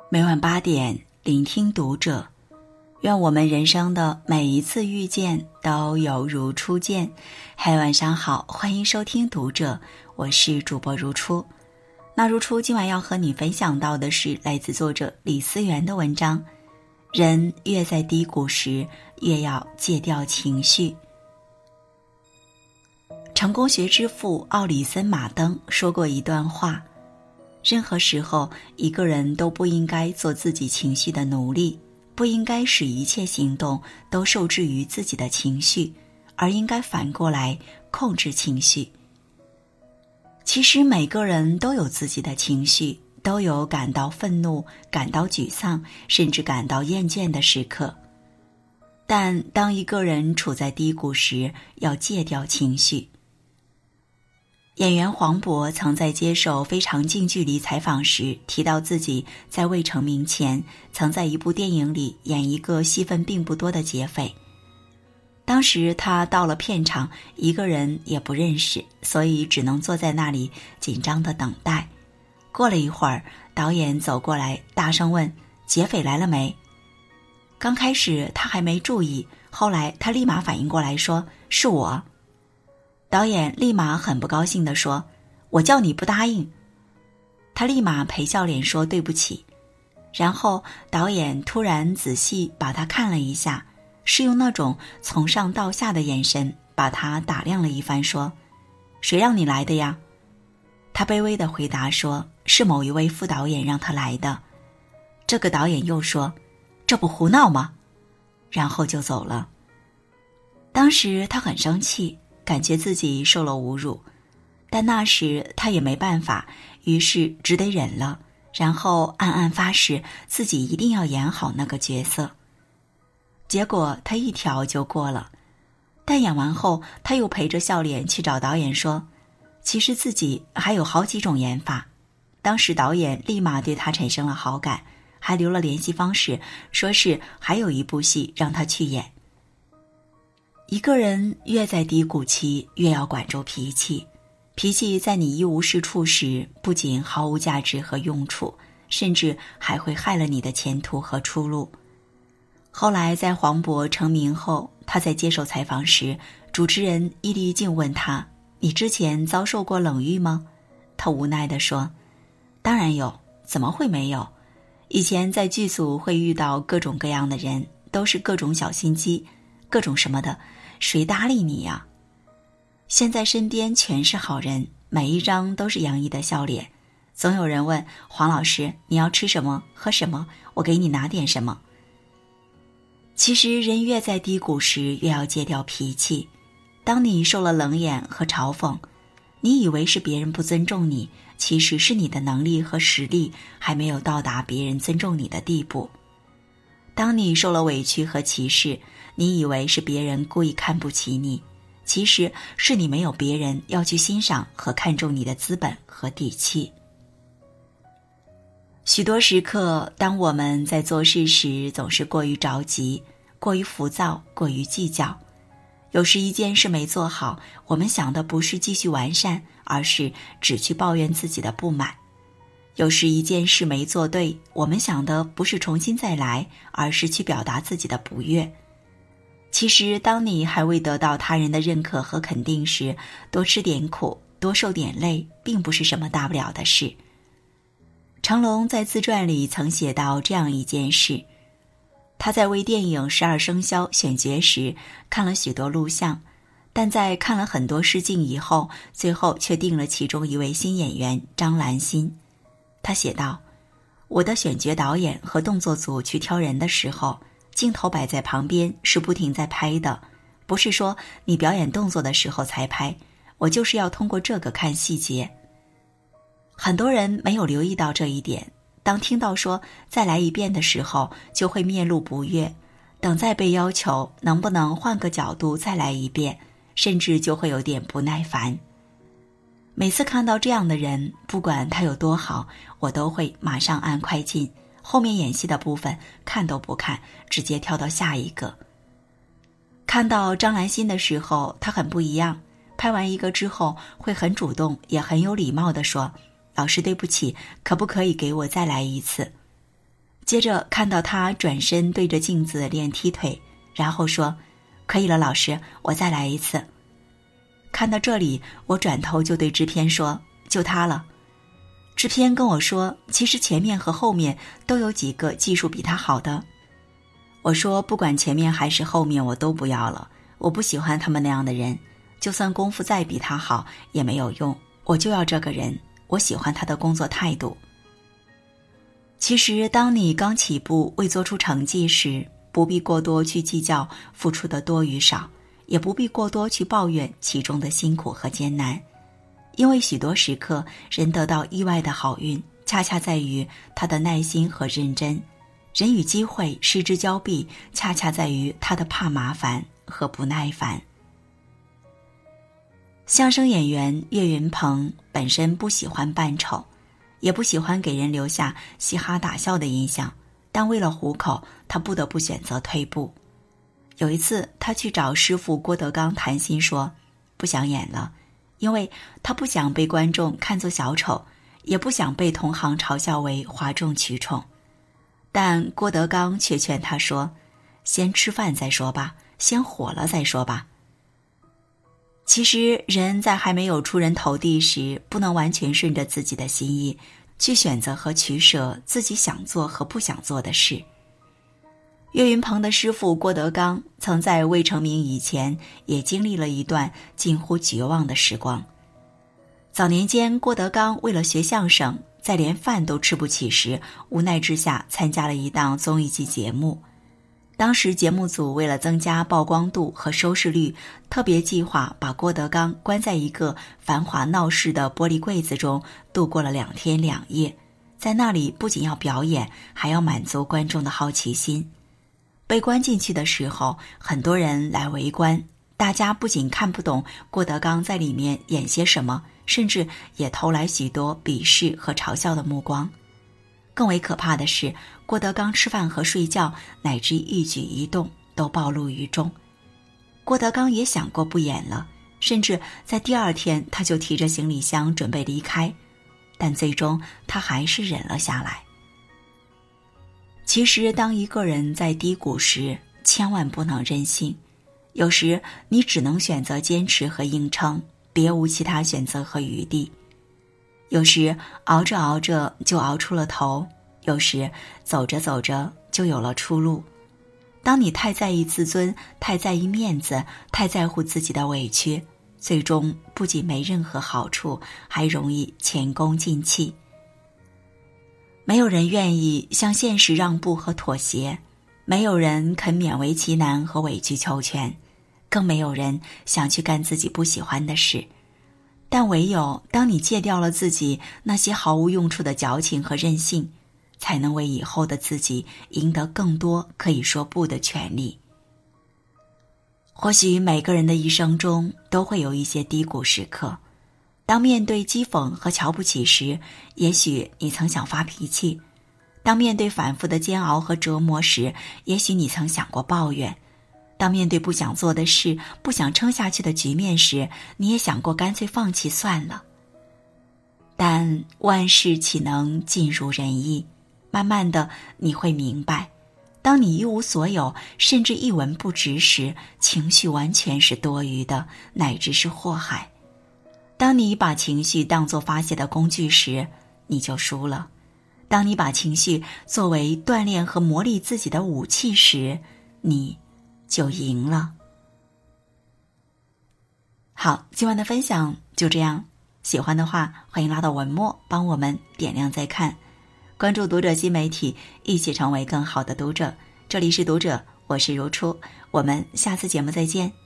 每晚8点，聆听读者。愿我们人生的每一次遇见都犹如初见。嗨，晚上好，欢迎收听读者，我是主播如初。那如初今晚要和你分享到的是来自作者李思源的文章，人越在低谷时，越要戒掉情绪。成功学之父奥里森·马登说过一段话，任何时候一个人都不应该做自己情绪的奴隶，不应该使一切行动都受制于自己的情绪，而应该反过来控制情绪。其实每个人都有自己的情绪，都有感到愤怒、感到沮丧，甚至感到厌倦的时刻。但当一个人处在低谷时，要戒掉情绪。演员黄渤曾在接受《非常近距离》采访时提到，自己在未成名前曾在一部电影里演一个戏份并不多的劫匪。当时他到了片场，一个人也不认识，所以只能坐在那里紧张地等待。过了一会儿，导演走过来大声问：劫匪来了没？刚开始他还没注意，后来他立马反应过来说：是我。导演立马很不高兴地说：我叫你不答应。他立马陪笑脸说对不起。然后导演突然仔细把他看了一下，是用那种从上到下的眼神把他打量了一番，说：谁让你来的呀？他卑微地回答说：是某一位副导演让他来的。这个导演又说：这不胡闹吗？然后就走了。当时他很生气，感觉自己受了侮辱，但那时他也没办法，于是只得忍了，然后暗暗发誓自己一定要演好那个角色。结果他一条就过了，但演完后他又陪着笑脸去找导演说，其实自己还有好几种演法。当时导演立马对他产生了好感，还留了联系方式，说是还有一部戏让他去演。一个人越在低谷期，越要管住脾气。脾气在你一无是处时，不仅毫无价值和用处，甚至还会害了你的前途和出路。后来在黄渤成名后，他在接受采访时，主持人伊丽静问他：你之前遭受过冷遇吗？他无奈地说：当然有，怎么会没有？以前在剧组会遇到各种各样的人，都是各种小心机，各种什么的，谁搭理你呀？现在身边全是好人，每一张都是洋溢的笑脸。总有人问黄老师，你要吃什么喝什么，我给你拿点什么。其实人越在低谷时，越要戒掉脾气。当你受了冷眼和嘲讽，你以为是别人不尊重你，其实是你的能力和实力还没有到达别人尊重你的地步。当你受了委屈和歧视，你以为是别人故意看不起你，其实是你没有别人要去欣赏和看重你的资本和底气。许多时刻，当我们在做事时总是过于着急，过于浮躁，过于计较。有时一件事没做好，我们想的不是继续完善，而是只去抱怨自己的不满。有时一件事没做对，我们想的不是重新再来，而是去表达自己的不悦。其实当你还未得到他人的认可和肯定时，多吃点苦，多受点累，并不是什么大不了的事。成龙在自传里曾写到这样一件事，他在为电影《12生肖》选角时看了许多录像，但在看了很多试镜以后，最后却定了其中一位新演员张兰心。他写道：我的选角导演和动作组去挑人的时候，镜头摆在旁边是不停在拍的，不是说你表演动作的时候才拍，我就是要通过这个看细节。很多人没有留意到这一点，当听到说再来一遍的时候，就会面露不悦，等再被要求能不能换个角度再来一遍，甚至就会有点不耐烦。每次看到这样的人，不管他有多好，我都会马上按快进，后面演戏的部分看都不看，直接跳到下一个。看到张兰心的时候，她很不一样，拍完一个之后会很主动也很有礼貌地说，老师对不起，可不可以给我再来一次？ 接着看到他转身对着镜子练踢腿，然后说：可以了，老师，我再来一次。看到这里，我转头就对制片说：就他了。制片跟我说，其实前面和后面都有几个技术比他好的。我说不管前面还是后面我都不要了，我不喜欢他们那样的人，就算功夫再比他好也没有用，我就要这个人，我喜欢他的工作态度。其实当你刚起步未做出成绩时，不必过多去计较付出的多与少，也不必过多去抱怨其中的辛苦和艰难，因为许多时刻人得到意外的好运，恰恰在于他的耐心和认真，人与机会失之交臂，恰恰在于他的怕麻烦和不耐烦。相声演员岳云鹏本身不喜欢扮丑，也不喜欢给人留下嘻哈打笑的印象，但为了糊口，他不得不选择退步。有一次他去找师傅郭德纲谈心，说不想演了，因为他不想被观众看作小丑，也不想被同行嘲笑为哗众取宠。但郭德纲却劝他说，先吃饭再说吧，先火了再说吧。其实人在还没有出人头地时，不能完全顺着自己的心意去选择和取舍自己想做和不想做的事。岳云鹏的师傅郭德纲曾在未成名以前也经历了一段近乎绝望的时光。早年间，郭德纲为了学相声，在连饭都吃不起时，无奈之下参加了一档综艺节节目。当时节目组为了增加曝光度和收视率，特别计划把郭德纲关在一个繁华闹市的玻璃柜子中度过了2天2夜，在那里不仅要表演，还要满足观众的好奇心。被关进去的时候，很多人来围观，大家不仅看不懂郭德纲在里面演些什么，甚至也投来许多鄙视和嘲笑的目光。更为可怕的是，郭德纲吃饭和睡觉乃至一举一动都暴露于众。郭德纲也想过不演了，甚至在第2天他就提着行李箱准备离开，但最终他还是忍了下来。其实当一个人在低谷时，千万不能任性，有时你只能选择坚持和硬撑，别无其他选择和余地。有时熬着熬着就熬出了头，有时走着走着就有了出路。当你太在意自尊，太在意面子，太在乎自己的委屈，最终不仅没任何好处，还容易前功尽弃。没有人愿意向现实让步和妥协，没有人肯勉为其难和委曲求全，更没有人想去干自己不喜欢的事。但唯有当你戒掉了自己那些毫无用处的矫情和任性，才能为以后的自己赢得更多可以说不的权利。或许每个人的一生中都会有一些低谷时刻，当面对讥讽和瞧不起时，也许你曾想发脾气；当面对反复的煎熬和折磨时，也许你曾想过抱怨；当面对不想做的事，不想撑下去的局面时，你也想过干脆放弃算了。但万事岂能尽如人意，慢慢的你会明白，当你一无所有，甚至一文不值时，情绪完全是多余的，乃至是祸害。当你把情绪当作发泄的工具时，你就输了；当你把情绪作为锻炼和磨砺自己的武器时，你就赢了。好，今晚的分享就这样，喜欢的话欢迎拉到文末帮我们点亮再看，关注读者新媒体，一起成为更好的读者。这里是读者，我是如初，我们下次节目再见。